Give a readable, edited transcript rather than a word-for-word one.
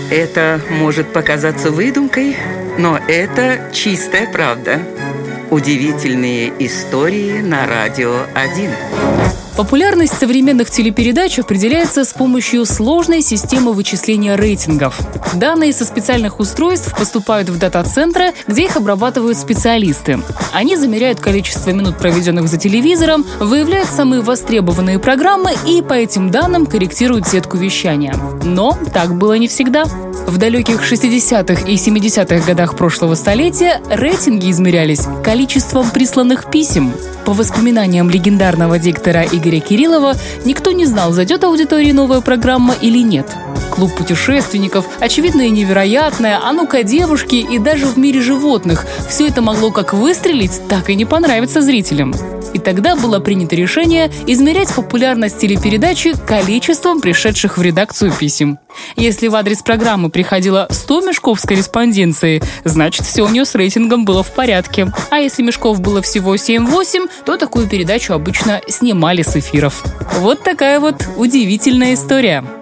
Это может показаться выдумкой, но это чистая правда. Удивительные истории на Радио 1. Популярность современных телепередач определяется с помощью сложной системы вычисления рейтингов. Данные со специальных устройств поступают в дата-центры, где их обрабатывают специалисты. Они замеряют количество минут, проведенных за телевизором, выявляют самые востребованные программы и по этим данным корректируют сетку вещания. Но так было не всегда. В далеких 60-х и 70-х годах прошлого столетия рейтинги измерялись количеством присланных писем. По воспоминаниям легендарного диктора Игоря Кириллова, никто не знал, зайдет аудитории новая программа или нет. Клуб путешественников, очевидное и невероятное, а ну-ка девушки и даже в мире животных – все это могло как выстрелить, так и не понравиться зрителям. И тогда было принято решение измерять популярность телепередачи количеством пришедших в редакцию писем. Если в адрес программы приходило 100 мешков с корреспонденцией, значит, все у нее с рейтингом было в порядке. А если мешков было всего 7-8, то такую передачу обычно снимали с эфиров. Вот такая вот удивительная история.